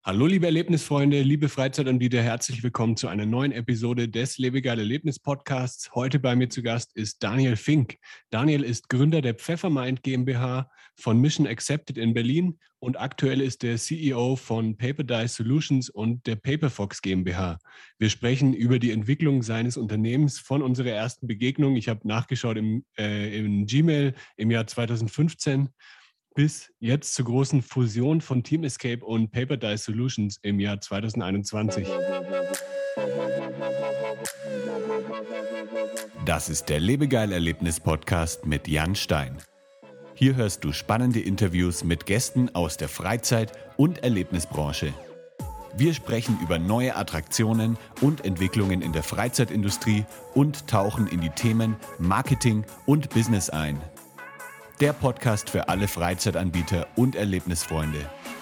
Hallo liebe Erlebnisfreunde, liebe Freizeitanbieter, herzlich willkommen zu einer neuen Episode des Lebegeil Erlebnis Podcasts. Heute bei mir zu Gast ist Daniel Fink. Daniel ist Gründer der Pfeffermind GmbH von Mission Accepted in Berlin und aktuell ist der CEO von Paper Solutions und der Paperfox GmbH. Wir sprechen über die Entwicklung seines Unternehmens von unserer ersten Begegnung. Ich habe nachgeschaut im Gmail im Jahr 2015. Bis jetzt zur großen Fusion von Team Escape und Paper Solutions im Jahr 2021. Das ist der Lebegeil-Erlebnis-Podcast mit Jan Stein. Hier hörst du spannende Interviews mit Gästen aus der Freizeit- und Erlebnisbranche. Wir sprechen über neue Attraktionen und Entwicklungen in der Freizeitindustrie und tauchen in die Themen Marketing und Business ein. Der Podcast für alle Freizeitanbieter und Erlebnisfreunde.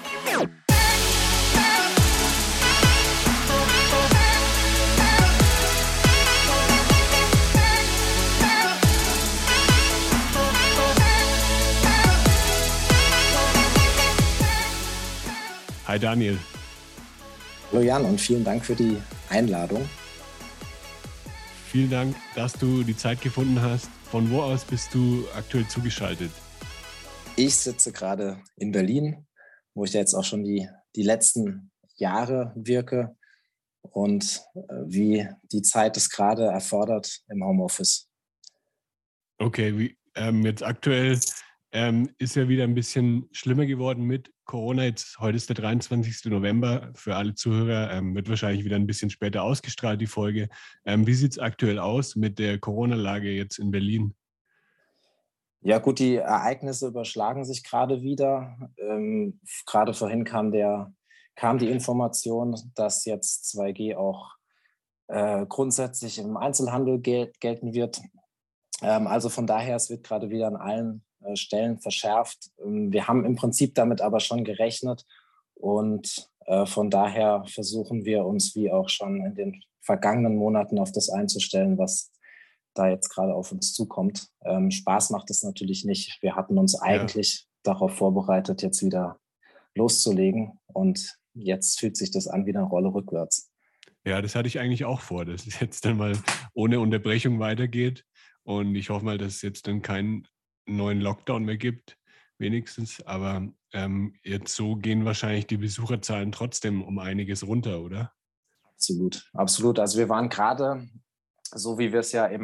Hi Daniel. Hallo Jan und vielen Dank für die Einladung. Vielen Dank, dass du die Zeit gefunden hast. Von wo aus bist du aktuell zugeschaltet? Ich sitze gerade in Berlin, wo ich jetzt auch schon die letzten Jahre wirke und wie die Zeit es gerade erfordert im Homeoffice. Okay, jetzt aktuell ist ja wieder ein bisschen schlimmer geworden mit Corona. Heute ist der 23. November. Für alle Zuhörer wird wahrscheinlich wieder ein bisschen später ausgestrahlt, die Folge. Wie sieht es aktuell aus mit der Corona-Lage jetzt in Berlin? Ja gut, die Ereignisse überschlagen sich gerade wieder. Gerade vorhin kam die Information, dass jetzt 2G auch grundsätzlich im Einzelhandel gelten wird. Also von daher, es wird gerade wieder an allen Stellen verschärft. Wir haben im Prinzip damit aber schon gerechnet und von daher versuchen wir uns wie auch schon in den vergangenen Monaten auf das einzustellen, was da jetzt gerade auf uns zukommt. Spaß macht es natürlich nicht. Wir hatten uns eigentlich darauf vorbereitet, jetzt wieder loszulegen und jetzt fühlt sich das an wie eine Rolle rückwärts. Ja, das hatte ich eigentlich auch vor, dass es jetzt dann mal ohne Unterbrechung weitergeht und ich hoffe mal, dass es jetzt dann keinen neuen Lockdown mehr gibt, wenigstens. Aber jetzt so gehen wahrscheinlich die Besucherzahlen trotzdem um einiges runter, oder? Absolut, absolut. Also wir waren gerade, so wie wir es ja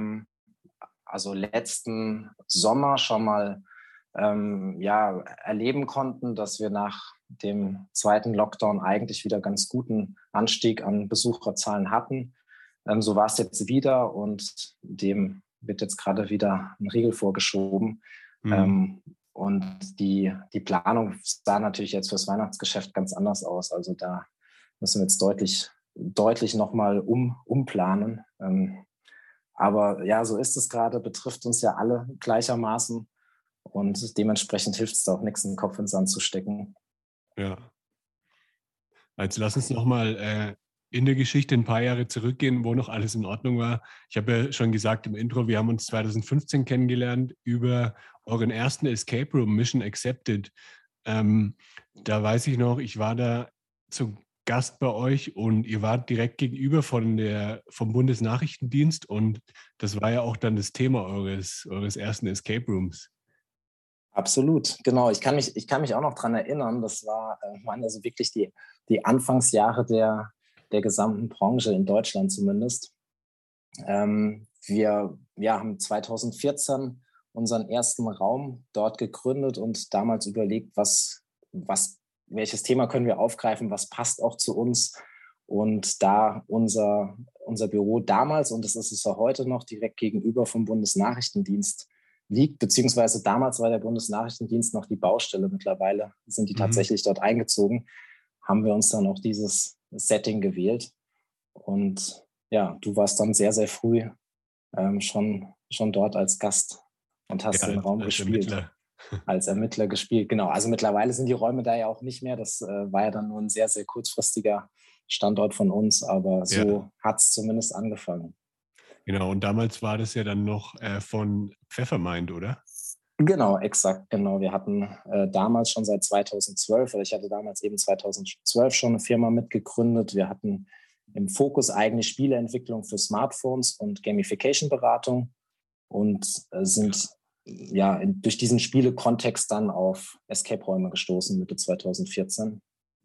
letzten Sommer schon mal erleben konnten, dass wir nach dem zweiten Lockdown eigentlich wieder ganz guten Anstieg an Besucherzahlen hatten. So war es jetzt wieder und dem wird jetzt gerade wieder ein Riegel vorgeschoben. Und die Planung sah natürlich jetzt fürs Weihnachtsgeschäft ganz anders aus. Also da müssen wir jetzt deutlich nochmal umplanen. Aber ja, so ist es gerade, betrifft uns ja alle gleichermaßen. Und dementsprechend hilft es da auch nichts, den Kopf in den Sand zu stecken. Ja. Also lass uns nochmal in der Geschichte ein paar Jahre zurückgehen, wo noch alles in Ordnung war. Ich habe ja schon gesagt im Intro, wir haben uns 2015 kennengelernt über euren ersten Escape Room, Mission Accepted. Da weiß ich noch, ich war da zu Gast bei euch und ihr wart direkt gegenüber vom Bundesnachrichtendienst und das war ja auch dann das Thema eures ersten Escape Rooms. Absolut, genau. Ich kann mich auch noch daran erinnern, das waren also wirklich die Anfangsjahre der gesamten Branche in Deutschland zumindest. Wir haben 2014 unseren ersten Raum dort gegründet und damals überlegt, welches Thema können wir aufgreifen, was passt auch zu uns. Und da unser Büro damals, und das ist es auch heute noch, direkt gegenüber vom Bundesnachrichtendienst liegt, beziehungsweise damals war der Bundesnachrichtendienst noch die Baustelle. Mittlerweile sind die tatsächlich dort eingezogen, haben wir uns dann auch dieses Setting gewählt. Und ja, du warst dann sehr, sehr früh schon dort als Gast und hast den Raum gespielt. Als Ermittler gespielt, genau. Also mittlerweile sind die Räume da ja auch nicht mehr. Das war ja dann nur ein sehr, sehr kurzfristiger Standort von uns, aber so hat es zumindest angefangen. Genau, und damals war das ja dann noch von Pfeffermind, oder? Genau, exakt, genau. Wir hatten damals schon seit 2012, oder ich hatte damals eben 2012 schon eine Firma mitgegründet. Wir hatten im Fokus eigentlich Spieleentwicklung für Smartphones und Gamification-Beratung und sind durch diesen Spielekontext dann auf Escape-Räume gestoßen Mitte 2014,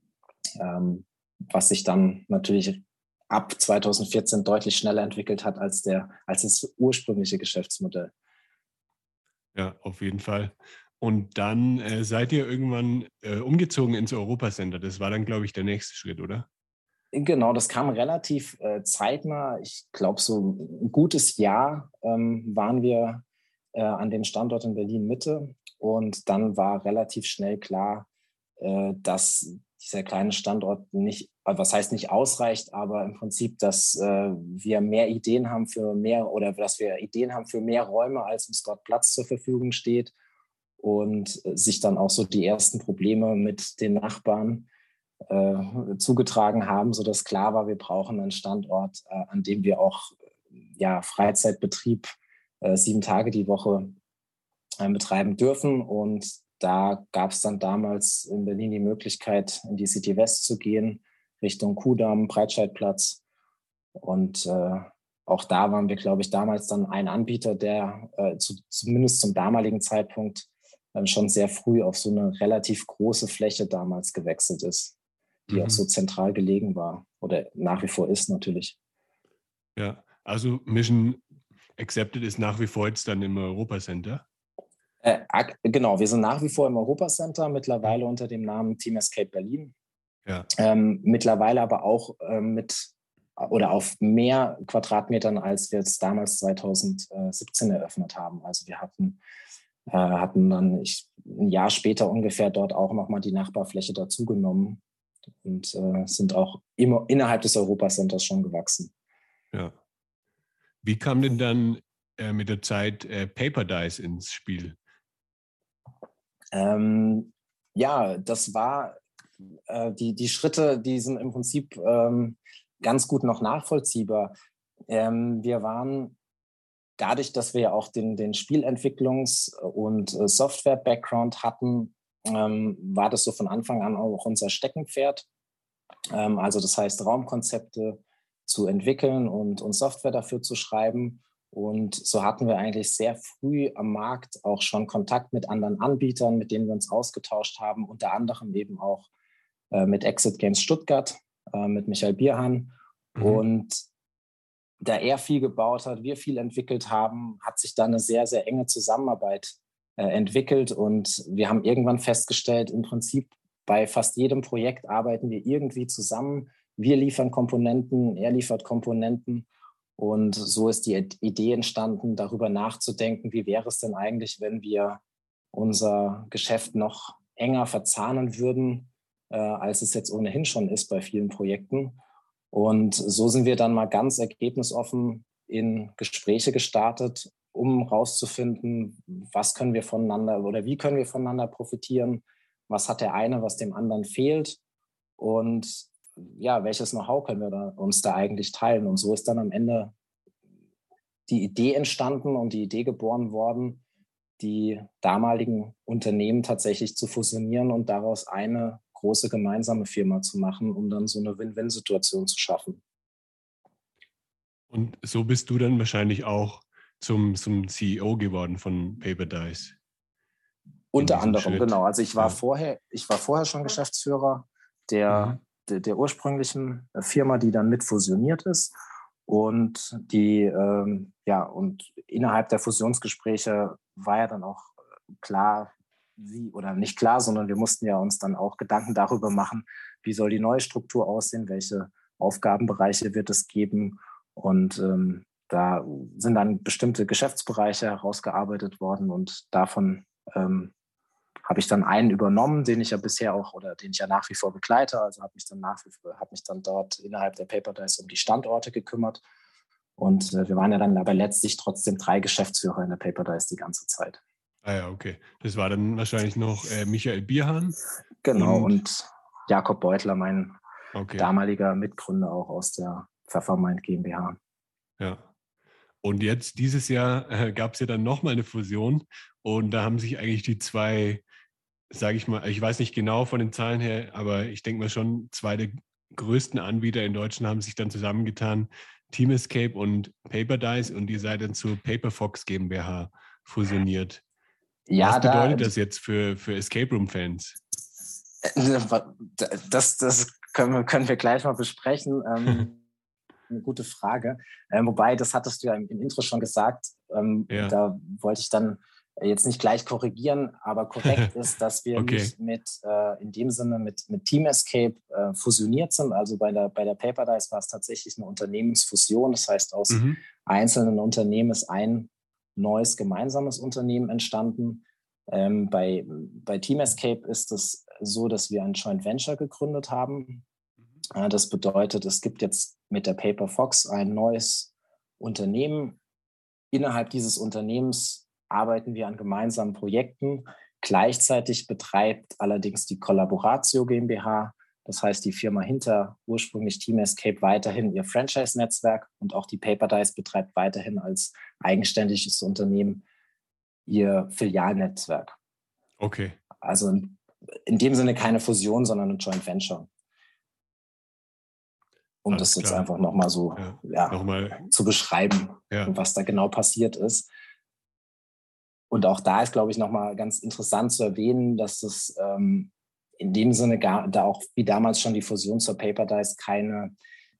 was sich dann natürlich ab 2014 deutlich schneller entwickelt hat als das ursprüngliche Geschäftsmodell. Ja, auf jeden Fall. Und dann seid ihr irgendwann umgezogen ins Europacenter. Das war dann, glaube ich, der nächste Schritt, oder? Genau, das kam relativ zeitnah. Ich glaube, so ein gutes Jahr waren wir an dem Standort in Berlin-Mitte. Und dann war relativ schnell klar, dass dieser kleine Standort nicht, was heißt nicht ausreicht, aber im Prinzip, dass wir mehr Ideen haben für mehr oder dass wir Ideen haben für mehr Räume, als uns dort Platz zur Verfügung steht. Und sich dann auch so die ersten Probleme mit den Nachbarn zugetragen haben, sodass klar war, wir brauchen einen Standort, an dem wir auch Freizeitbetrieb 7 Tage die Woche betreiben dürfen. Und da gab es dann damals in Berlin die Möglichkeit, in die City West zu gehen, Richtung Kudamm, Breitscheidplatz. Und auch da waren wir, glaube ich, damals dann ein Anbieter, der zumindest zum damaligen Zeitpunkt schon sehr früh auf so eine relativ große Fläche damals gewechselt ist, die auch so zentral gelegen war oder nach wie vor ist natürlich. Ja, also Mission Accepted ist nach wie vor jetzt dann im Europacenter. Genau, wir sind nach wie vor im Europacenter, mittlerweile unter dem Namen Team Escape Berlin. Ja. Mittlerweile aber auch auf mehr Quadratmetern, als wir es damals 2017 eröffnet haben. Also wir hatten dann ein Jahr später ungefähr dort auch nochmal die Nachbarfläche dazugenommen und sind auch immer innerhalb des Europacenters schon gewachsen. Ja. Wie kam denn dann mit der Zeit Paper Dice ins Spiel? Das war die Schritte, die sind im Prinzip ganz gut noch nachvollziehbar. Wir waren dadurch, dass wir auch den Spielentwicklungs- und Software-Background hatten, war das so von Anfang an auch unser Steckenpferd. Also das heißt, Raumkonzepte zu entwickeln und Software dafür zu schreiben. Und so hatten wir eigentlich sehr früh am Markt auch schon Kontakt mit anderen Anbietern, mit denen wir uns ausgetauscht haben, unter anderem eben auch mit Exit Games Stuttgart, mit Michael Bierhahn. Und da er viel gebaut hat, wir viel entwickelt haben, hat sich da eine sehr, sehr enge Zusammenarbeit entwickelt. Und wir haben irgendwann festgestellt, im Prinzip bei fast jedem Projekt arbeiten wir irgendwie zusammen. Wir liefern Komponenten, er liefert Komponenten. Und so ist die Idee entstanden, darüber nachzudenken, wie wäre es denn eigentlich, wenn wir unser Geschäft noch enger verzahnen würden, als es jetzt ohnehin schon ist bei vielen Projekten. Und so sind wir dann mal ganz ergebnisoffen in Gespräche gestartet, um rauszufinden, was können wir voneinander oder wie können wir voneinander profitieren, was hat der eine, was dem anderen fehlt und ja, welches Know-how können wir uns da eigentlich teilen. Und so ist dann am Ende die Idee entstanden und die Idee geboren worden, die damaligen Unternehmen tatsächlich zu fusionieren und daraus eine große gemeinsame Firma zu machen, um dann so eine Win-Win-Situation zu schaffen. Und so bist du dann wahrscheinlich auch zum CEO geworden von Paper Dice. Unter anderem, genau. Also ich war vorher schon Geschäftsführer der ursprünglichen Firma, die dann mit fusioniert ist. Und und innerhalb der Fusionsgespräche war ja dann auch klar, oder nicht klar, sondern wir mussten ja uns dann auch Gedanken darüber machen, wie soll die neue Struktur aussehen, welche Aufgabenbereiche wird es geben. Und da sind dann bestimmte Geschäftsbereiche herausgearbeitet worden und davon habe ich dann einen übernommen, den ich ja bisher auch oder den ich ja nach wie vor begleite. Also habe mich dann dort innerhalb der Paper Dice um die Standorte gekümmert. Und wir waren ja dann aber letztlich trotzdem 3 Geschäftsführer in der Paper Dice die ganze Zeit. Ah ja, okay. Das war dann wahrscheinlich noch Michael Bierhahn. Genau, und Jakob Beutler, mein damaliger Mitgründer auch aus der Pfeffermind GmbH. Ja. Und jetzt, dieses Jahr, gab es ja dann nochmal eine Fusion Und da haben sich eigentlich die zwei, sage ich mal, ich weiß nicht genau von den Zahlen her, aber ich denke mal schon, zwei der größten Anbieter in Deutschland haben sich dann zusammengetan, Team Escape und Paper Dice, und ihr seid dann zur Paperfox GmbH fusioniert. Ja, Was bedeutet das jetzt für Escape Room-Fans? Das können wir gleich mal besprechen. Eine gute Frage. Wobei, das hattest du ja im Intro schon gesagt. Ja. Da wollte ich dann jetzt nicht gleich korrigieren, aber korrekt ist, dass wir Okay. nicht in dem Sinne mit Team Escape fusioniert sind. Also bei der Paper Dice war es tatsächlich eine Unternehmensfusion. Das heißt, aus einzelnen Unternehmen ist ein neues gemeinsames Unternehmen entstanden. Bei Team Escape ist es so, dass wir ein Joint Venture gegründet haben. Das bedeutet, es gibt jetzt mit der Paperfox ein neues Unternehmen. Innerhalb dieses Unternehmens arbeiten wir an gemeinsamen Projekten. Gleichzeitig betreibt allerdings die Collaboratio GmbH, das heißt die Firma hinter ursprünglich Team Escape, weiterhin ihr Franchise-Netzwerk, und auch die Paper Dice betreibt weiterhin als eigenständiges Unternehmen ihr Filialnetzwerk. Okay. Also in dem Sinne keine Fusion, sondern ein Joint Venture. Um Alles das jetzt klar. einfach nochmal so nochmal zu beschreiben, was da genau passiert ist. Und auch da ist, glaube ich, nochmal ganz interessant zu erwähnen, dass es in dem Sinne da auch wie damals schon die Fusion zur Paper Dice keine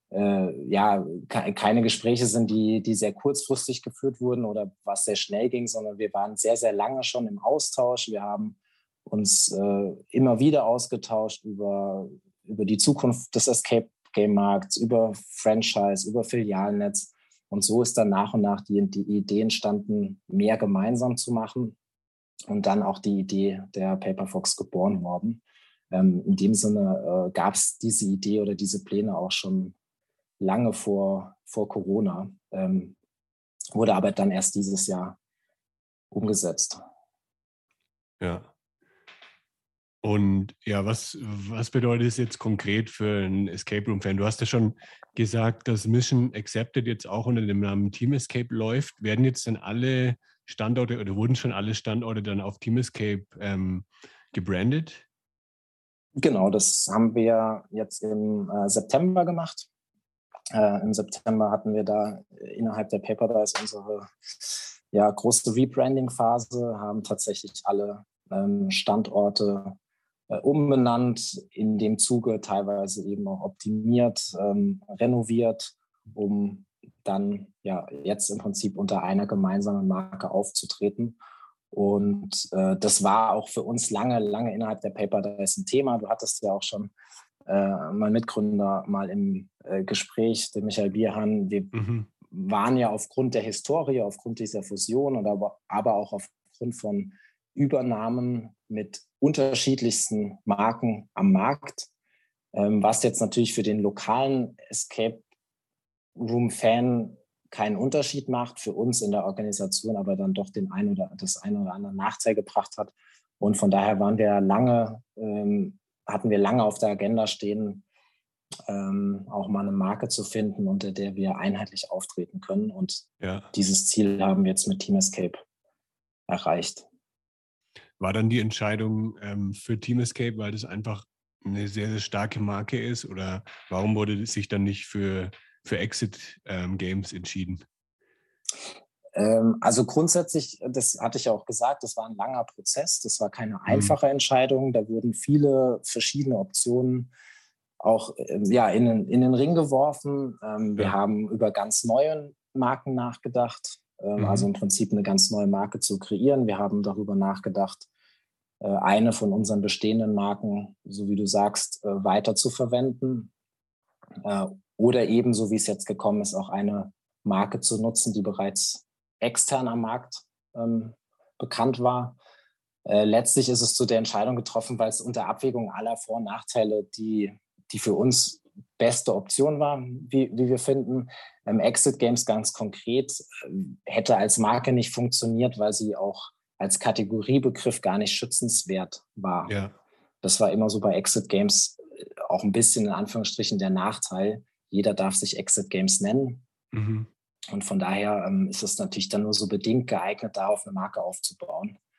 Gespräche sind, die sehr kurzfristig geführt wurden oder was sehr schnell ging, sondern wir waren sehr, sehr lange schon im Austausch. Wir haben uns immer wieder ausgetauscht über die Zukunft des Escape Game-Markts, über Franchise, über Filialnetz. Und so ist dann nach und nach die Idee entstanden, mehr gemeinsam zu machen, und dann auch die Idee der Paperfox geboren worden. In dem Sinne gab es diese Idee oder diese Pläne auch schon lange vor Corona, wurde aber dann erst dieses Jahr umgesetzt. Ja. Und ja, was bedeutet es jetzt konkret für einen Escape Room-Fan? Du hast ja schon gesagt, dass Mission Accepted jetzt auch unter dem Namen Team Escape läuft. Werden jetzt dann alle Standorte oder wurden schon alle Standorte dann auf Team Escape gebrandet? Genau, das haben wir jetzt im September gemacht. Im September hatten wir da innerhalb der Paper Dice unsere große Rebranding-Phase, haben tatsächlich alle Standorte umbenannt, in dem Zuge teilweise eben auch optimiert, renoviert, um dann jetzt im Prinzip unter einer gemeinsamen Marke aufzutreten. Und das war auch für uns lange innerhalb der Paper Dice ein Thema. Du hattest ja auch schon mein Mitgründer mal im Gespräch, der Michael Bierhahn. Wir waren ja aufgrund der Historie, aufgrund dieser Fusion und aber auch aufgrund von Übernahmen mit unterschiedlichsten Marken am Markt, was jetzt natürlich für den lokalen Escape Room-Fan keinen Unterschied macht, für uns in der Organisation aber dann doch das ein oder andere Nachteil gebracht hat. Und von daher hatten wir lange auf der Agenda stehen, auch mal eine Marke zu finden, unter der wir einheitlich auftreten können. Und dieses Ziel haben wir jetzt mit Team Escape erreicht. War dann die Entscheidung für Team Escape, weil das einfach eine sehr, sehr starke Marke ist? Oder warum wurde sich dann nicht für Exit Games entschieden? Also grundsätzlich, das hatte ich ja auch gesagt, das war ein langer Prozess. Das war keine einfache Entscheidung. Da wurden viele verschiedene Optionen auch in den Ring geworfen. Wir haben über ganz neue Marken nachgedacht, also im Prinzip eine ganz neue Marke zu kreieren. Wir haben darüber nachgedacht, eine von unseren bestehenden Marken, so wie du sagst, weiter zu verwenden. Oder eben, so wie es jetzt gekommen ist, auch eine Marke zu nutzen, die bereits extern am Markt bekannt war. Letztlich ist es zu der Entscheidung getroffen, weil es unter Abwägung aller Vor- und Nachteile die für uns beste Option war, wie wir finden. Exit Games ganz konkret hätte als Marke nicht funktioniert, weil sie auch als Kategoriebegriff gar nicht schützenswert war. Ja. Das war immer so bei Exit Games auch ein bisschen in Anführungsstrichen der Nachteil. Jeder darf sich Exit Games nennen. Und von daher ist es natürlich dann nur so bedingt geeignet, darauf eine Marke aufzubauen.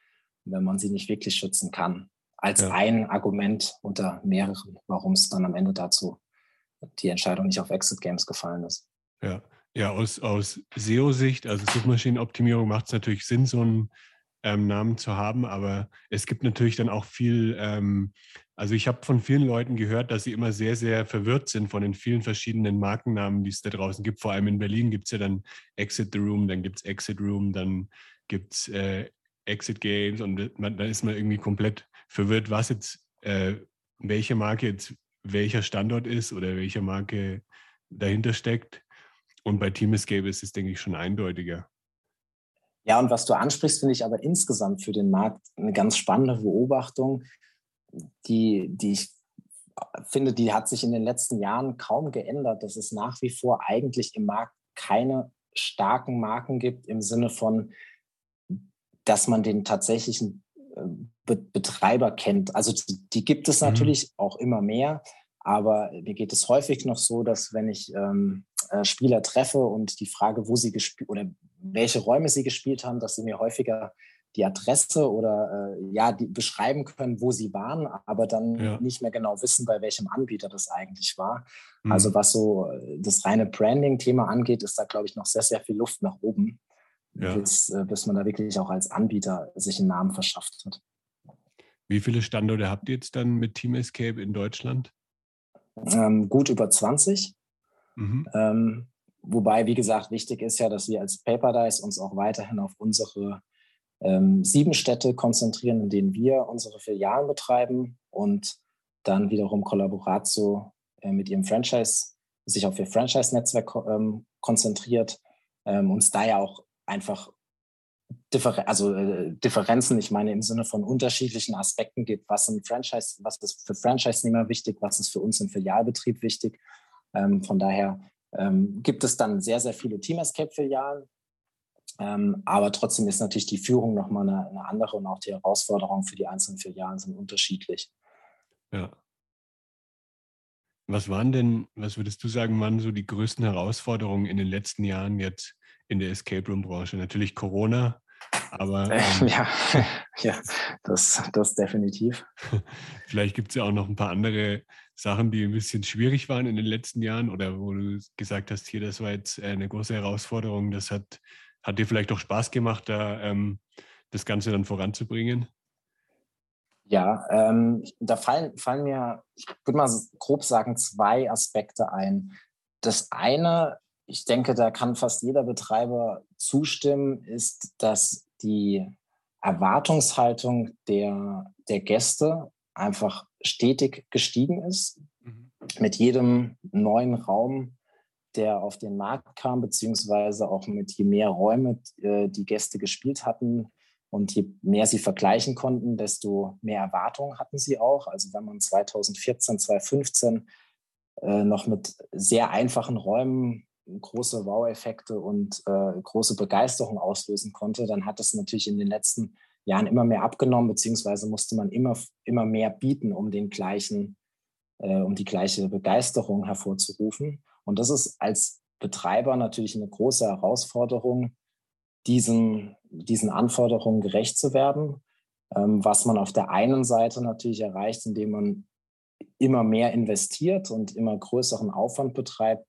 wenn man sie nicht wirklich schützen kann. Als Ja. ein Argument unter mehreren, warum es dann am Ende dazu die Entscheidung nicht auf Exit Games gefallen ist. Ja, ja, aus SEO-Sicht, also Suchmaschinenoptimierung, macht es natürlich Sinn, so einen Namen zu haben, aber es gibt natürlich dann auch viel, also ich habe von vielen Leuten gehört, dass sie immer sehr, sehr verwirrt sind von den vielen verschiedenen Markennamen, die es da draußen gibt. Vor allem in Berlin gibt es ja dann Exit the Room, dann gibt es Exit Room, dann gibt es Exit Games und da ist man irgendwie komplett verwirrt, was jetzt, welche Marke jetzt welcher Standort ist oder welche Marke dahinter steckt. Und bei Team Escape ist es, denke ich, schon eindeutiger. Ja, und was du ansprichst, finde ich aber insgesamt für den Markt eine ganz spannende Beobachtung, die ich finde, die hat sich in den letzten Jahren kaum geändert, dass es nach wie vor eigentlich im Markt keine starken Marken gibt im Sinne von, dass man den tatsächlichen Betreiber kennt. Also die gibt es natürlich auch immer mehr, aber mir geht es häufig noch so, dass wenn ich Spieler treffe und die Frage, wo sie gespielt oder welche Räume sie gespielt haben, dass sie mir häufiger die Adresse oder die beschreiben können, wo sie waren, aber dann nicht mehr genau wissen, bei welchem Anbieter das eigentlich war. Also was so das reine Branding-Thema angeht, ist da, glaube ich, noch sehr, sehr viel Luft nach oben, bis man da wirklich auch als Anbieter sich einen Namen verschafft hat. Wie viele Standorte habt ihr jetzt dann mit Team Escape in Deutschland? Gut über 20. Wobei, wie gesagt, wichtig ist ja, dass wir als Paperdice uns auch weiterhin auf unsere 7 Städte konzentrieren, in denen wir unsere Filialen betreiben und dann wiederum Collaboratio mit ihrem Franchise, sich auf ihr Franchise-Netzwerk konzentriert, uns da ja auch einfach Differenzen, ich meine im Sinne von unterschiedlichen Aspekten gibt, was ist für Franchise-Nehmer wichtig, was ist für uns im Filialbetrieb wichtig. Von daher gibt es dann sehr, sehr viele Team Escape-Filialen. Aber trotzdem ist natürlich die Führung nochmal eine andere und auch die Herausforderungen für die einzelnen Filialen sind unterschiedlich. Ja. Was würdest du sagen, waren so die größten Herausforderungen in den letzten Jahren jetzt in der Escape Room-Branche? Natürlich Corona, aber... ja, das definitiv. Vielleicht gibt es ja auch noch ein paar andere Sachen, die ein bisschen schwierig waren in den letzten Jahren oder wo du gesagt hast, hier, das war jetzt eine große Herausforderung. Das hat dir vielleicht auch Spaß gemacht, da das Ganze dann voranzubringen? Ja, da fallen mir, ich würde mal grob sagen, 2 Aspekte ein. Das eine, ich denke, da kann fast jeder Betreiber zustimmen, ist, dass die Erwartungshaltung der Gäste einfach stetig gestiegen ist. Mit jedem neuen Raum, der auf den Markt kam, beziehungsweise auch mit je mehr Räume die Gäste gespielt hatten und je mehr sie vergleichen konnten, desto mehr Erwartungen hatten sie auch. Also wenn man 2014, 2015 noch mit sehr einfachen Räumen große Wow-Effekte und große Begeisterung auslösen konnte, dann hat es natürlich in den letzten Jahren immer mehr abgenommen, beziehungsweise musste man immer mehr bieten, um die gleiche Begeisterung hervorzurufen. Und das ist als Betreiber natürlich eine große Herausforderung, diesen Anforderungen gerecht zu werden, was man auf der einen Seite natürlich erreicht, indem man immer mehr investiert und immer größeren Aufwand betreibt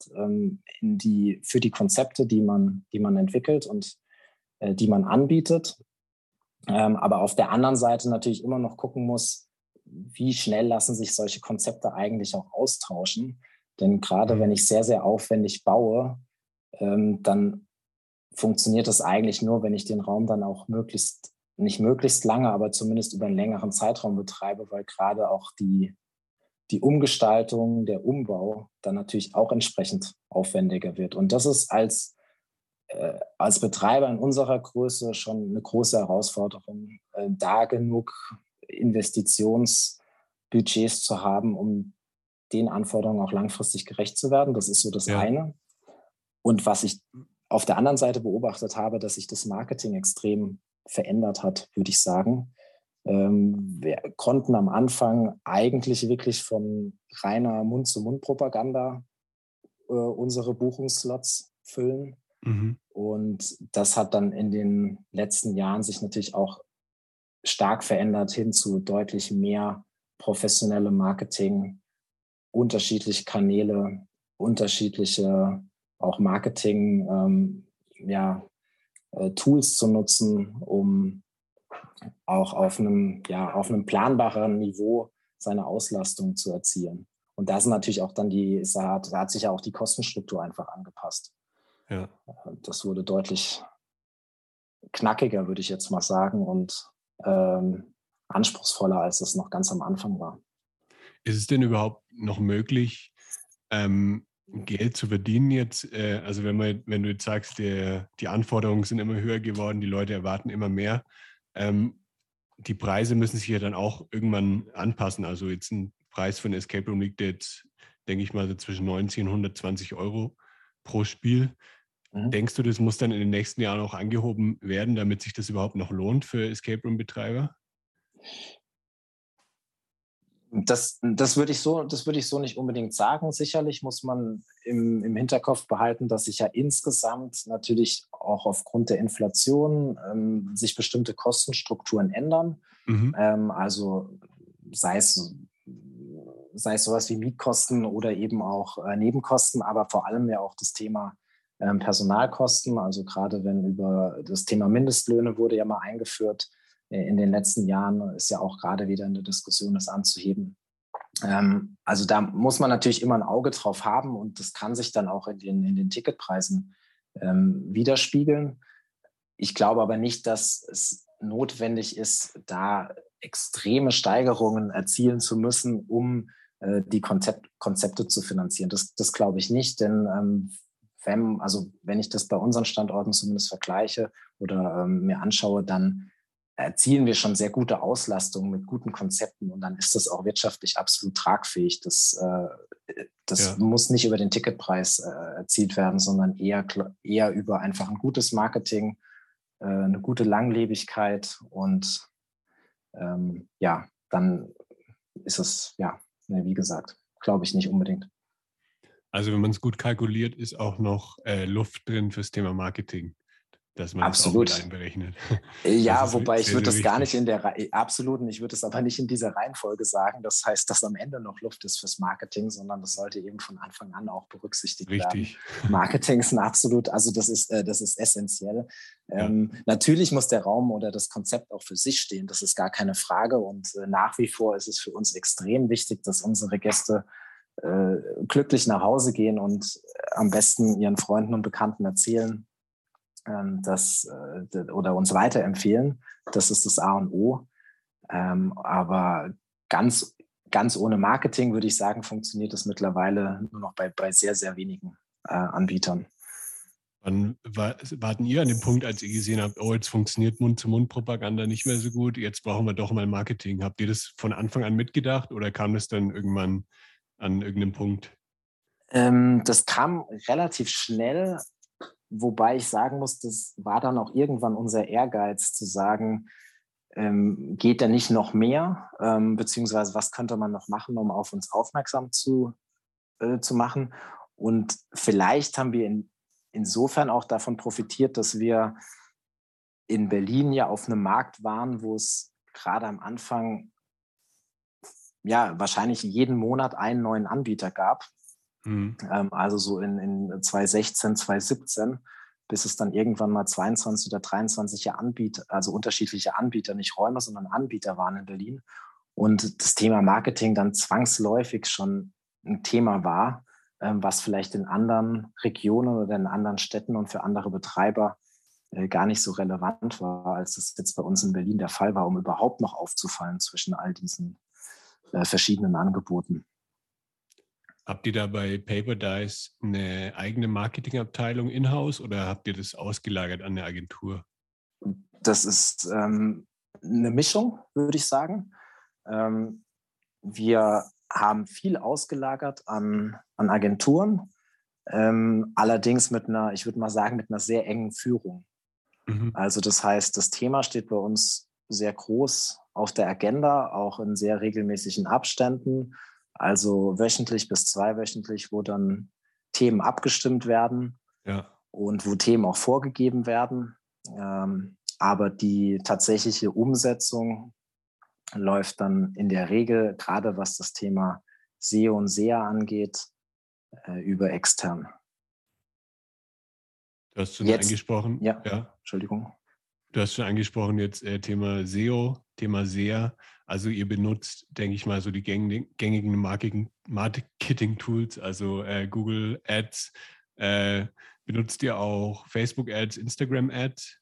für die Konzepte, die man entwickelt und die man anbietet. Aber auf der anderen Seite natürlich immer noch gucken muss, wie schnell lassen sich solche Konzepte eigentlich auch austauschen. Denn gerade wenn ich sehr, sehr aufwendig baue, dann funktioniert das eigentlich nur, wenn ich den Raum dann auch nicht möglichst lange, aber zumindest über einen längeren Zeitraum betreibe, weil gerade auch die Umgestaltung, der Umbau dann natürlich auch entsprechend aufwendiger wird. Und das ist als Betreiber in unserer Größe schon eine große Herausforderung, da genug Investitionsbudgets zu haben, um den Anforderungen auch langfristig gerecht zu werden. Das ist so das eine. Und was ich auf der anderen Seite beobachtet habe, dass sich das Marketing extrem verändert hat, würde ich sagen. Wir konnten am Anfang eigentlich wirklich von reiner Mund-zu-Mund-Propaganda unsere Buchungsslots füllen. Und das hat dann in den letzten Jahren sich natürlich auch stark verändert hin zu deutlich mehr professionellem Marketing, unterschiedliche Kanäle, unterschiedliche auch Marketing Tools zu nutzen, um auch auf einem planbaren Niveau seine Auslastung zu erzielen. Und da sind natürlich auch dann da hat sich ja auch die Kostenstruktur einfach angepasst. Ja. Das wurde deutlich knackiger, würde ich jetzt mal sagen, und anspruchsvoller, als es noch ganz am Anfang war. Ist es denn überhaupt noch möglich, Geld zu verdienen jetzt? Also wenn du jetzt sagst, die Anforderungen sind immer höher geworden, die Leute erwarten immer mehr. Die Preise müssen sich ja dann auch irgendwann anpassen. Also jetzt ein Preis für ein Escape Room liegt jetzt, denke ich mal, so zwischen 90 und 120 Euro pro Spiel. Denkst du, das muss dann in den nächsten Jahren auch angehoben werden, damit sich das überhaupt noch lohnt für Escape Room-Betreiber? Das würde ich so nicht unbedingt sagen. Sicherlich muss man im Hinterkopf behalten, dass sich ja insgesamt natürlich auch aufgrund der Inflation sich bestimmte Kostenstrukturen ändern. Also sei es sowas wie Mietkosten oder eben auch Nebenkosten, aber vor allem ja auch das Thema Personalkosten. Also gerade wenn über das Thema Mindestlöhne wurde ja mal eingeführt. In den letzten Jahren ist ja auch gerade wieder eine Diskussion, das anzuheben. Also da muss man natürlich immer ein Auge drauf haben und das kann sich dann auch in den Ticketpreisen widerspiegeln. Ich glaube aber nicht, dass es notwendig ist, da extreme Steigerungen erzielen zu müssen, um die Konzepte zu finanzieren. Das glaube ich nicht, denn wenn ich das bei unseren Standorten zumindest vergleiche oder mir anschaue, dann erzielen wir schon sehr gute Auslastungen mit guten Konzepten und dann ist das auch wirtschaftlich absolut tragfähig. Das muss nicht über den Ticketpreis erzielt werden, sondern eher über einfach ein gutes Marketing, eine gute Langlebigkeit und dann ist es, wie gesagt, glaube ich nicht unbedingt. Also wenn man es gut kalkuliert, ist auch noch Luft drin fürs Thema Marketing, dass man absolut. Das auch mit einberechnet. Ja, wobei ich würde das gar nicht absolut, und ich würde es aber nicht in dieser Reihenfolge sagen. Das heißt, dass am Ende noch Luft ist fürs Marketing, sondern das sollte eben von Anfang an auch berücksichtigt werden. Marketing ist das ist essentiell. Ja. Natürlich muss der Raum oder das Konzept auch für sich stehen, das ist gar keine Frage. Und nach wie vor ist es für uns extrem wichtig, dass unsere Gäste glücklich nach Hause gehen und am besten ihren Freunden und Bekannten erzählen, oder uns weiterempfehlen. Das ist das A und O. Aber ganz ohne Marketing, würde ich sagen, funktioniert das mittlerweile nur noch bei sehr, sehr wenigen Anbietern. Wann warten ihr an dem Punkt, als ihr gesehen habt, oh, jetzt funktioniert Mund-zu-Mund-Propaganda nicht mehr so gut, jetzt brauchen wir doch mal Marketing. Habt ihr das von Anfang an mitgedacht oder kam das dann irgendwann an irgendeinem Punkt? Das kam relativ schnell. Wobei ich sagen muss, das war dann auch irgendwann unser Ehrgeiz zu sagen, geht da nicht noch mehr, beziehungsweise was könnte man noch machen, um auf uns aufmerksam zu machen. Und vielleicht haben wir insofern auch davon profitiert, dass wir in Berlin ja auf einem Markt waren, wo es gerade am Anfang wahrscheinlich jeden Monat einen neuen Anbieter gab. Also so in 2016, 2017, bis es dann irgendwann mal 22 oder 23 also unterschiedliche Anbieter, nicht Räume, sondern Anbieter waren in Berlin. Und das Thema Marketing dann zwangsläufig schon ein Thema war, was vielleicht in anderen Regionen oder in anderen Städten und für andere Betreiber gar nicht so relevant war, als es jetzt bei uns in Berlin der Fall war, um überhaupt noch aufzufallen zwischen all diesen verschiedenen Angeboten. Habt ihr da bei Paper Dice eine eigene Marketingabteilung in-house oder habt ihr das ausgelagert an eine Agentur? Das ist eine Mischung, würde ich sagen. Wir haben viel ausgelagert an Agenturen, allerdings mit einer sehr engen Führung. Also das heißt, das Thema steht bei uns sehr groß auf der Agenda, auch in sehr regelmäßigen Abständen. Also wöchentlich bis zweiwöchentlich, wo dann Themen abgestimmt werden und wo Themen auch vorgegeben werden. Aber die tatsächliche Umsetzung läuft dann in der Regel, gerade was das Thema SEO und SEA angeht, über extern. Du hast schon angesprochen. Ja, Entschuldigung. Du hast schon angesprochen jetzt Thema SEO, Thema SEA. Also ihr benutzt, denke ich mal, so die gängigen Marketing-Tools, also Google Ads. Benutzt ihr auch Facebook Ads, Instagram Ads?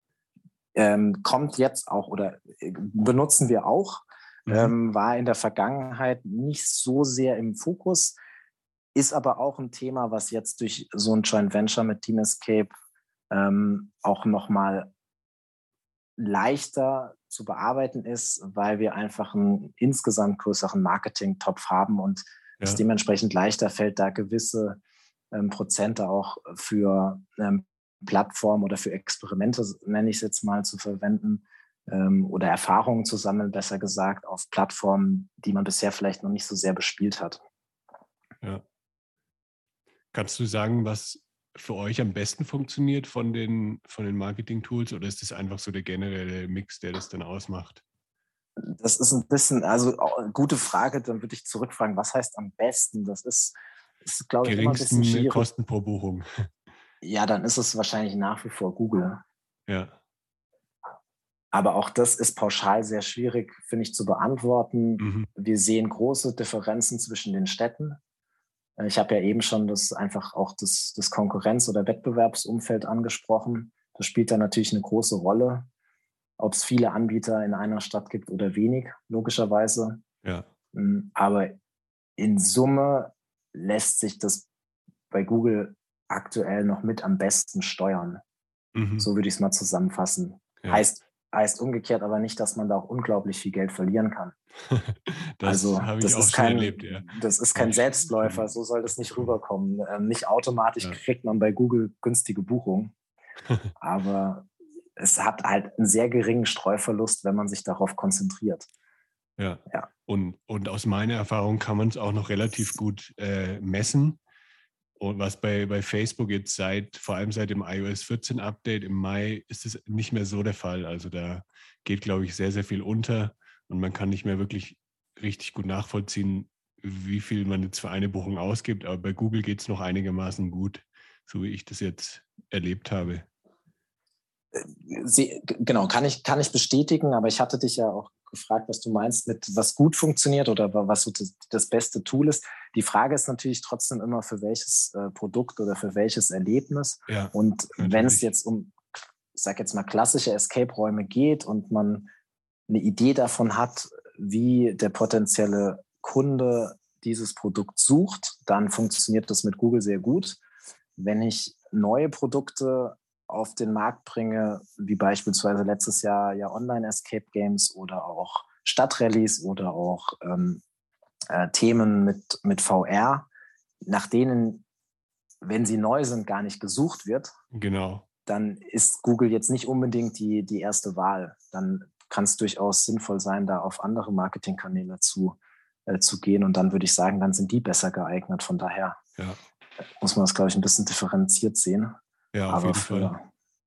Kommt jetzt auch oder benutzen wir auch. War in der Vergangenheit nicht so sehr im Fokus, ist aber auch ein Thema, was jetzt durch so ein Joint Venture mit Team Escape auch nochmal leichter zu bearbeiten ist, weil wir einfach einen insgesamt größeren Marketing-Topf haben und es dementsprechend leichter fällt, da gewisse Prozente auch für Plattformen oder für Experimente, nenne ich es jetzt mal, zu verwenden oder Erfahrungen zu sammeln, besser gesagt, auf Plattformen, die man bisher vielleicht noch nicht so sehr bespielt hat. Ja. Kannst du sagen, was für euch am besten funktioniert von den Marketing-Tools oder ist das einfach so der generelle Mix, der das dann ausmacht? Das ist ein bisschen, also gute Frage, dann würde ich zurückfragen, was heißt am besten? Das ist glaube ich, immer ein bisschen schwierig. Kosten pro Buchung. Ja, dann ist es wahrscheinlich nach wie vor Google. Ja. Aber auch das ist pauschal sehr schwierig, finde ich, zu beantworten. Wir sehen große Differenzen zwischen den Städten. Ich habe ja eben schon das Konkurrenz- oder Wettbewerbsumfeld angesprochen. Das spielt da natürlich eine große Rolle, ob es viele Anbieter in einer Stadt gibt oder wenig, logischerweise. Ja. Aber in Summe lässt sich das bei Google aktuell noch mit am besten steuern. So würde ich es mal zusammenfassen. Ja. Heißt umgekehrt aber nicht, dass man da auch unglaublich viel Geld verlieren kann. Das habe ich auch schon erlebt. Ja. Das ist kein Selbstläufer, so soll das nicht rüberkommen. Nicht automatisch kriegt man bei Google günstige Buchungen, aber es hat halt einen sehr geringen Streuverlust, wenn man sich darauf konzentriert. Ja. Und aus meiner Erfahrung kann man es auch noch relativ gut messen. Und was bei Facebook jetzt vor allem seit dem iOS 14 Update im Mai, ist es nicht mehr so der Fall. Also da geht, glaube ich, sehr, sehr viel unter und man kann nicht mehr wirklich richtig gut nachvollziehen, wie viel man jetzt für eine Buchung ausgibt. Aber bei Google geht es noch einigermaßen gut, so wie ich das jetzt erlebt habe. Genau, kann ich bestätigen, aber ich hatte dich ja auch gefragt, was du meinst mit was gut funktioniert oder was so das beste Tool ist. Die Frage ist natürlich trotzdem immer, für welches Produkt oder für welches Erlebnis. Ja, und wenn es jetzt um, ich sage jetzt mal, klassische Escape-Räume geht und man eine Idee davon hat, wie der potenzielle Kunde dieses Produkt sucht, dann funktioniert das mit Google sehr gut. Wenn ich neue Produkte auf den Markt bringe, wie beispielsweise letztes Jahr ja Online-Escape-Games oder auch Stadtrallies oder auch Themen mit VR, nach denen, wenn sie neu sind, gar nicht gesucht wird, genau, dann ist Google jetzt nicht unbedingt die erste Wahl. Dann kann es durchaus sinnvoll sein, da auf andere Marketingkanäle zu gehen. Und dann würde ich sagen, dann sind die besser geeignet. Von daher muss man das, glaube ich, ein bisschen differenziert sehen. Ja, auf jeden Fall.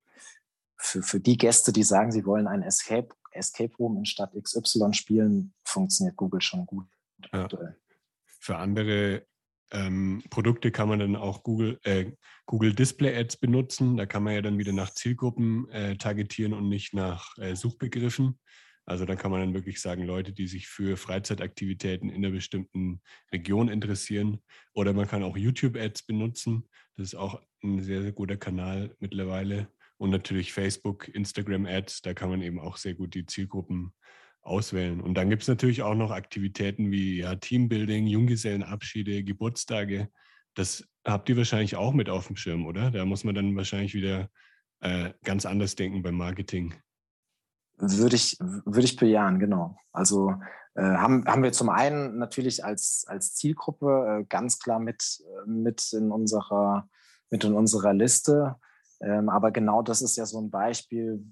Für die Gäste, die sagen, sie wollen ein Escape Room in Stadt XY spielen, funktioniert Google schon gut aktuell. Für andere Produkte kann man dann auch Google Display Ads benutzen. Da kann man ja dann wieder nach Zielgruppen targetieren und nicht nach Suchbegriffen. Also da kann man dann wirklich sagen, Leute, die sich für Freizeitaktivitäten in einer bestimmten Region interessieren. Oder man kann auch YouTube-Ads benutzen. Das ist auch ein sehr, sehr guter Kanal mittlerweile. Und natürlich Facebook, Instagram-Ads. Da kann man eben auch sehr gut die Zielgruppen auswählen. Und dann gibt es natürlich auch noch Aktivitäten wie Teambuilding, Junggesellenabschiede, Geburtstage. Das habt ihr wahrscheinlich auch mit auf dem Schirm, oder? Da muss man dann wahrscheinlich wieder ganz anders denken beim Marketing. Würde ich bejahen, genau. Also haben wir zum einen natürlich als Zielgruppe ganz klar mit in unserer Liste. Aber genau das ist ja so ein Beispiel,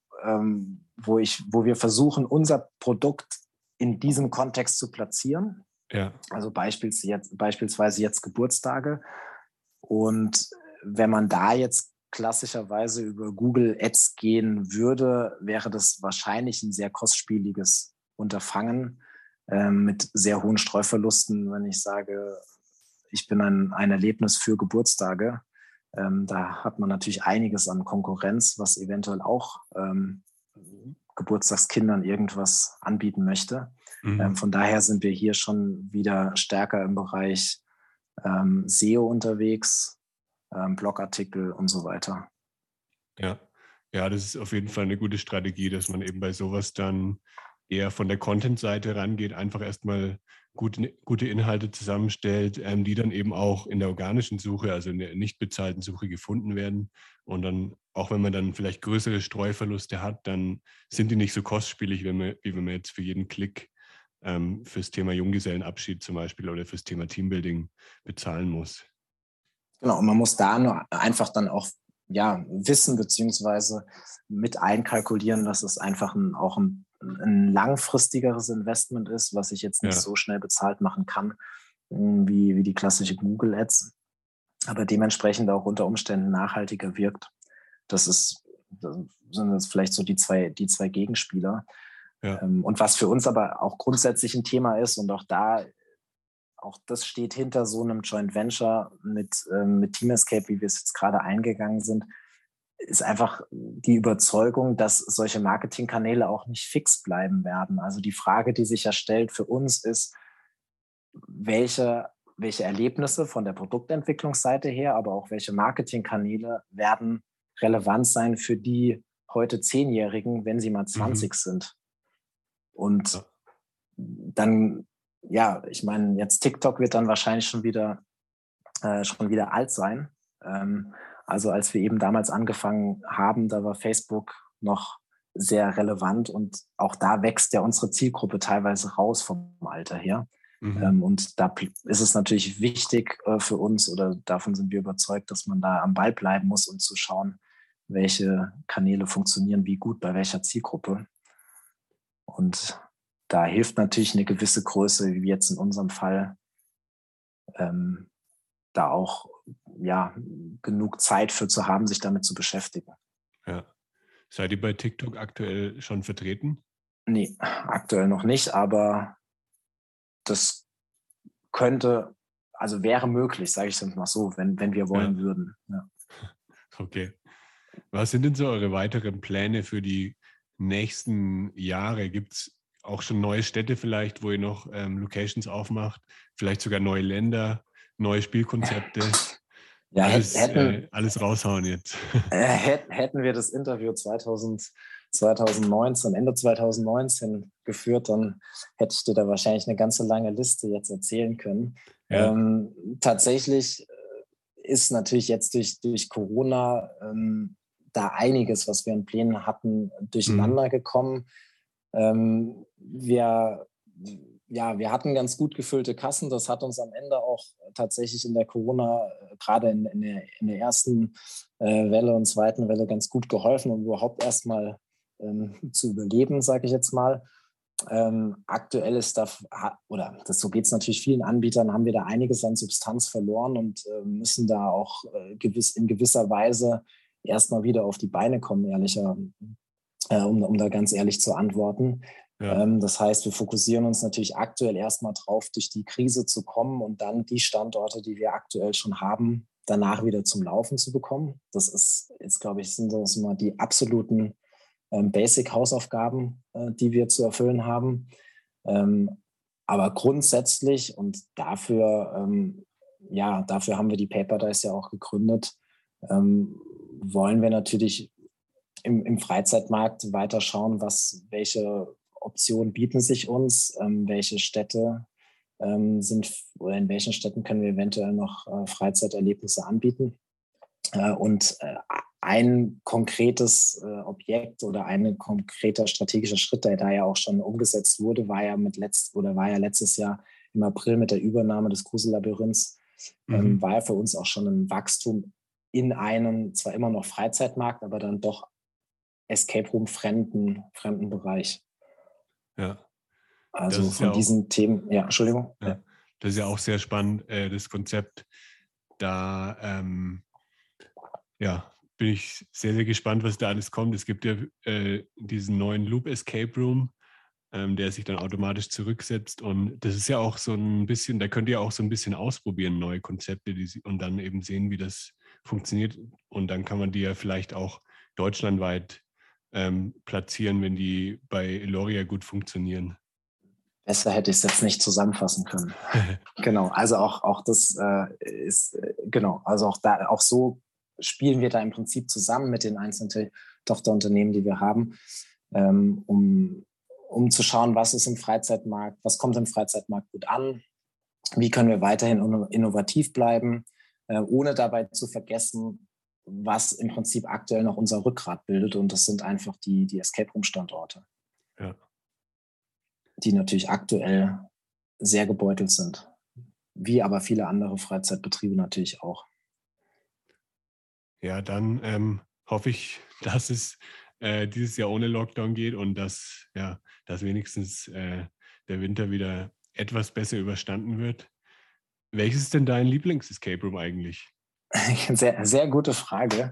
wo wir versuchen, unser Produkt in diesem Kontext zu platzieren. Ja. Also beispielsweise jetzt Geburtstage. Und wenn man da jetzt klassischerweise über Google Ads gehen würde, wäre das wahrscheinlich ein sehr kostspieliges Unterfangen mit sehr hohen Streuverlusten, wenn ich sage, ich bin ein Erlebnis für Geburtstage. Da hat man natürlich einiges an Konkurrenz, was eventuell auch Geburtstagskindern irgendwas anbieten möchte. Von daher sind wir hier schon wieder stärker im Bereich SEO unterwegs, Blogartikel und so weiter. Ja. Ja, das ist auf jeden Fall eine gute Strategie, dass man eben bei sowas dann eher von der Content-Seite rangeht, einfach erstmal gute Inhalte zusammenstellt, die dann eben auch in der organischen Suche, also in der nicht bezahlten Suche gefunden werden. Und dann, auch wenn man dann vielleicht größere Streuverluste hat, dann sind die nicht so kostspielig, wie wenn man jetzt für jeden Klick fürs Thema Junggesellenabschied zum Beispiel oder fürs Thema Teambuilding bezahlen muss. Genau, und man muss da nur einfach dann auch wissen beziehungsweise mit einkalkulieren, dass es einfach auch ein langfristigeres Investment ist, was ich jetzt nicht so schnell bezahlt machen kann, wie die klassische Google Ads, aber dementsprechend auch unter Umständen nachhaltiger wirkt. Das sind jetzt vielleicht so die zwei Gegenspieler. Ja. Und was für uns aber auch grundsätzlich ein Thema ist und auch das steht hinter so einem Joint Venture mit Team Escape, wie wir es jetzt gerade eingegangen sind, ist einfach die Überzeugung, dass solche Marketingkanäle auch nicht fix bleiben werden. Also die Frage, die sich ja stellt für uns ist, welche Erlebnisse von der Produktentwicklungsseite her, aber auch welche Marketingkanäle werden relevant sein für die heute 10-Jährigen, wenn sie mal 20 sind. Und dann, ich meine, jetzt TikTok wird dann wahrscheinlich schon wieder alt sein. Also als wir eben damals angefangen haben, da war Facebook noch sehr relevant und auch da wächst ja unsere Zielgruppe teilweise raus vom Alter her. Und da ist es natürlich wichtig für uns, oder davon sind wir überzeugt, dass man da am Ball bleiben muss, um zu schauen, welche Kanäle funktionieren wie gut bei welcher Zielgruppe. Und da hilft natürlich eine gewisse Größe, wie jetzt in unserem Fall, da auch genug Zeit für zu haben, sich damit zu beschäftigen. Ja. Seid ihr bei TikTok aktuell schon vertreten? Nee, aktuell noch nicht, aber das wäre möglich, sage ich es mal so, wenn wir wollen würden. Ja. Okay. Was sind denn so eure weiteren Pläne für die nächsten Jahre? Gibt es auch schon neue Städte vielleicht, wo ihr noch Locations aufmacht? Vielleicht sogar neue Länder, neue Spielkonzepte? Ja, alles raushauen jetzt. Hätten wir das Interview Ende 2019 geführt, dann hätte ich dir da wahrscheinlich eine ganze lange Liste jetzt erzählen können. Ja. Tatsächlich ist natürlich jetzt durch Corona da einiges, was wir in Plänen hatten, durcheinander gekommen. Wir hatten ganz gut gefüllte Kassen. Das hat uns am Ende auch tatsächlich in der Corona, gerade in der ersten Welle und zweiten Welle, ganz gut geholfen, um überhaupt erstmal zu überleben, sage ich jetzt mal. Aktuell ist so geht es natürlich vielen Anbietern, haben wir da einiges an Substanz verloren und müssen da auch in gewisser Weise erstmal wieder auf die Beine kommen, um da ganz ehrlich zu antworten. Ja. Das heißt, wir fokussieren uns natürlich aktuell erstmal drauf, durch die Krise zu kommen und dann die Standorte, die wir aktuell schon haben, danach wieder zum Laufen zu bekommen. Das ist jetzt, glaube ich, sind das immer die absoluten Basic-Hausaufgaben, die wir zu erfüllen haben. Aber grundsätzlich, und dafür haben wir die Paper Dice ja auch gegründet, wollen wir natürlich im Freizeitmarkt weiter schauen, welche Optionen bieten sich uns, welche Städte oder in welchen Städten können wir eventuell noch Freizeiterlebnisse anbieten. Und ein konkretes Objekt oder ein konkreter strategischer Schritt, der da ja auch schon umgesetzt wurde, war ja letztes Jahr im April mit der Übernahme des Grusellabyrinths, war ja für uns auch schon ein Wachstum in einem zwar immer noch Freizeitmarkt, aber dann doch Escape Room fremden Bereich. Ja. Also von diesen Themen, Entschuldigung. Ja. Das ist ja auch sehr spannend, das Konzept, da bin ich sehr, sehr gespannt, was da alles kommt. Es gibt ja diesen neuen Loop Escape Room, der sich dann automatisch zurücksetzt. Und das ist ja auch so ein bisschen, da könnt ihr auch so ein bisschen ausprobieren, neue Konzepte, und dann eben sehen, wie das funktioniert. Und dann kann man die ja vielleicht auch deutschlandweit platzieren, wenn die bei Eloria gut funktionieren. Besser hätte ich es jetzt nicht zusammenfassen können. Genau, also auch das ist, genau, also auch so spielen wir da im Prinzip zusammen mit den einzelnen Tochterunternehmen, die wir haben, um zu schauen, was ist im Freizeitmarkt, was kommt im Freizeitmarkt gut an, wie können wir weiterhin innovativ bleiben, ohne dabei zu vergessen, was im Prinzip aktuell noch unser Rückgrat bildet. Und das sind einfach die Escape Room Standorte, ja, die natürlich aktuell sehr gebeutelt sind. Wie aber viele andere Freizeitbetriebe natürlich auch. Ja, dann hoffe ich, dass es dieses Jahr ohne Lockdown geht und dass wenigstens der Winter wieder etwas besser überstanden wird. Welches ist denn dein Lieblings-Escape Room eigentlich? Sehr, sehr gute Frage.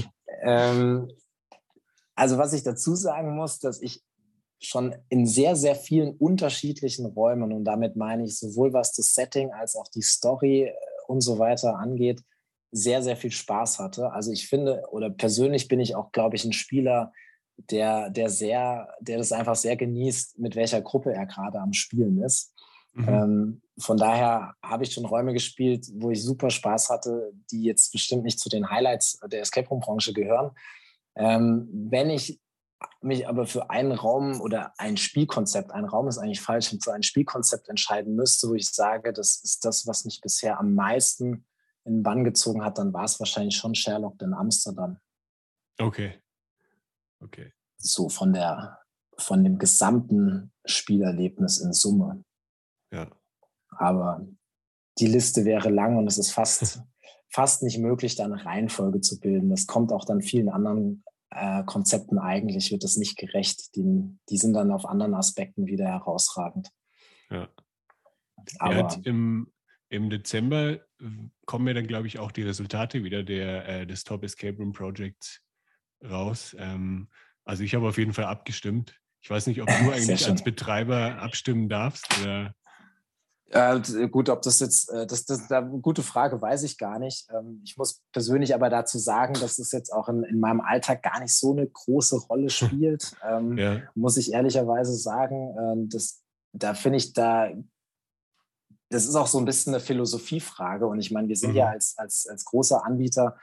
Also was ich dazu sagen muss, dass ich schon in sehr, sehr vielen unterschiedlichen Räumen, und damit meine ich sowohl was das Setting als auch die Story und so weiter angeht, sehr, sehr viel Spaß hatte. Also ich finde, oder persönlich bin ich auch, glaube ich, ein Spieler, der das einfach sehr genießt, mit welcher Gruppe er gerade am Spielen ist. Von daher habe ich schon Räume gespielt, wo ich super Spaß hatte, die jetzt bestimmt nicht zu den Highlights der Escape Room Branche gehören. Wenn ich mich aber für einen Raum oder ein Spielkonzept, ein Raum ist eigentlich falsch, für ein Spielkonzept entscheiden müsste, wo ich sage, das ist das, was mich bisher am meisten in den Bann gezogen hat, dann war es wahrscheinlich schon Sherlock in Amsterdam. Okay. So von dem gesamten Spielerlebnis in Summe. Ja. Aber die Liste wäre lang und es ist fast nicht möglich, da eine Reihenfolge zu bilden. Das kommt auch dann vielen anderen Konzepten eigentlich, wird das nicht gerecht. Die sind dann auf anderen Aspekten wieder herausragend. Ja. Aber im Dezember kommen ja dann, glaube ich, auch die Resultate wieder des Top Escape Room Projects raus. Also ich habe auf jeden Fall abgestimmt. Ich weiß nicht, ob du eigentlich als Betreiber abstimmen darfst oder... Gut, ob das jetzt, das eine gute Frage, weiß ich gar nicht. Ich muss persönlich aber dazu sagen, dass es jetzt auch in meinem Alltag gar nicht so eine große Rolle spielt. Ja. Muss ich ehrlicherweise sagen, da finde ich, das ist auch so ein bisschen eine Philosophiefrage. Und ich meine, wir sind ja als großer Anbieter,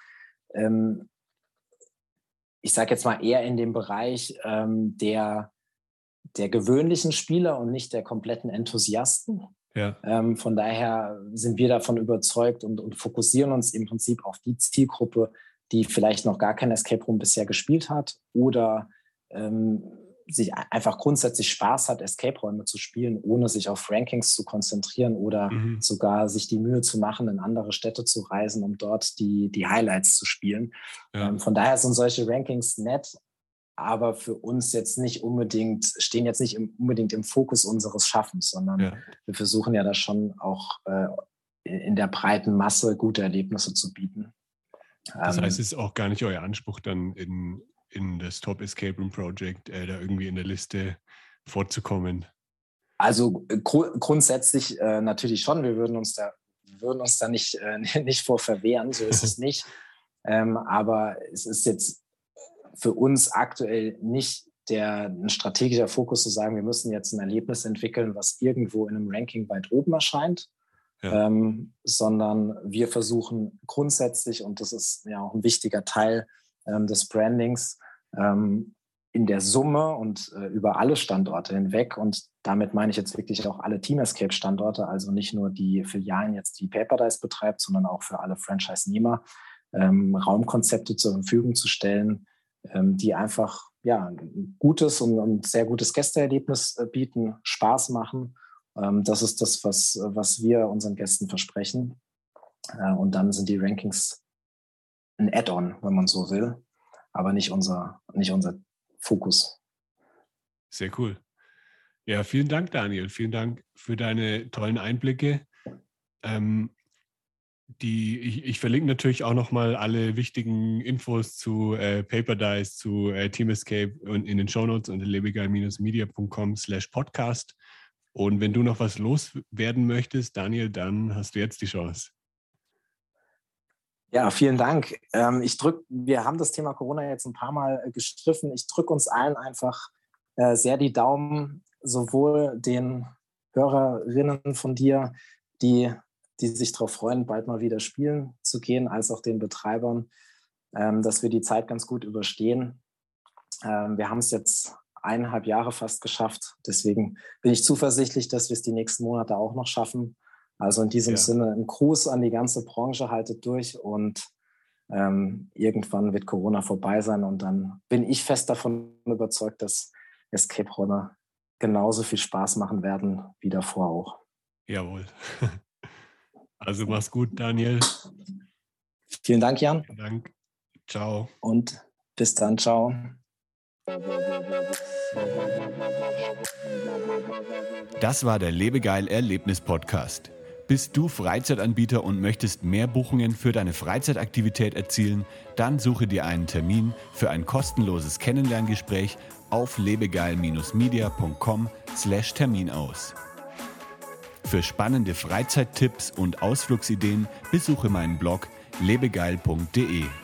ich sage jetzt mal eher in dem Bereich der gewöhnlichen Spieler und nicht der kompletten Enthusiasten. Ja. Von daher sind wir davon überzeugt und fokussieren uns im Prinzip auf die Zielgruppe, die vielleicht noch gar kein Escape Room bisher gespielt hat oder sich einfach grundsätzlich Spaß hat, Escape-Räume zu spielen, ohne sich auf Rankings zu konzentrieren oder sogar sich die Mühe zu machen, in andere Städte zu reisen, um dort die Highlights zu spielen. Ja. Von daher sind solche Rankings nett, aber für uns jetzt nicht unbedingt, stehen jetzt nicht unbedingt im Fokus unseres Schaffens, sondern wir versuchen ja da schon auch in der breiten Masse gute Erlebnisse zu bieten. Das heißt, es ist auch gar nicht euer Anspruch, dann in das Top Escape Room Project da irgendwie in der Liste vorzukommen? Also grundsätzlich natürlich schon. Wir würden uns da nicht vor verwehren, so ist es nicht. Aber es ist jetzt für uns aktuell nicht ein strategischer Fokus zu sagen, wir müssen jetzt ein Erlebnis entwickeln, was irgendwo in einem Ranking weit oben erscheint, sondern wir versuchen grundsätzlich, und das ist ja auch ein wichtiger Teil des Brandings, in der Summe und über alle Standorte hinweg, und damit meine ich jetzt wirklich auch alle Team Escape Standorte, also nicht nur die Filialen jetzt, die Paperdice betreibt, sondern auch für alle Franchise-Nehmer, Raumkonzepte zur Verfügung zu stellen, die einfach ein gutes und sehr gutes Gästeerlebnis bieten, Spaß machen. Das ist das, was wir unseren Gästen versprechen. Und dann sind die Rankings ein Add-on, wenn man so will, aber nicht unser Fokus. Sehr cool. Ja, vielen Dank, Daniel. Vielen Dank für deine tollen Einblicke. Ich verlinke natürlich auch nochmal alle wichtigen Infos zu Paperdice, zu Team Escape und in den Shownotes unter lebegeil-media.com/podcast. Und wenn du noch was loswerden möchtest, Daniel, dann hast du jetzt die Chance. Ja, vielen Dank. Wir haben das Thema Corona jetzt ein paar Mal gestriffen. Ich drücke uns allen einfach sehr die Daumen, sowohl den Hörerinnen von dir, die sich darauf freuen, bald mal wieder spielen zu gehen, als auch den Betreibern, dass wir die Zeit ganz gut überstehen. Wir haben es jetzt 1,5 Jahre fast geschafft. Deswegen bin ich zuversichtlich, dass wir es die nächsten Monate auch noch schaffen. Also in diesem Sinne ein Gruß an die ganze Branche, haltet durch und irgendwann wird Corona vorbei sein und dann bin ich fest davon überzeugt, dass Escape-Räume genauso viel Spaß machen werden wie davor auch. Jawohl. Also mach's gut, Daniel. Vielen Dank, Jan. Vielen Dank. Ciao. Und bis dann. Ciao. Das war der Lebegeil Erlebnis-Podcast. Bist du Freizeitanbieter und möchtest mehr Buchungen für deine Freizeitaktivität erzielen? Dann suche dir einen Termin für ein kostenloses Kennenlerngespräch auf lebegeil-media.com/Termin aus. Für spannende Freizeittipps und Ausflugsideen besuche meinen Blog lebegeil.de.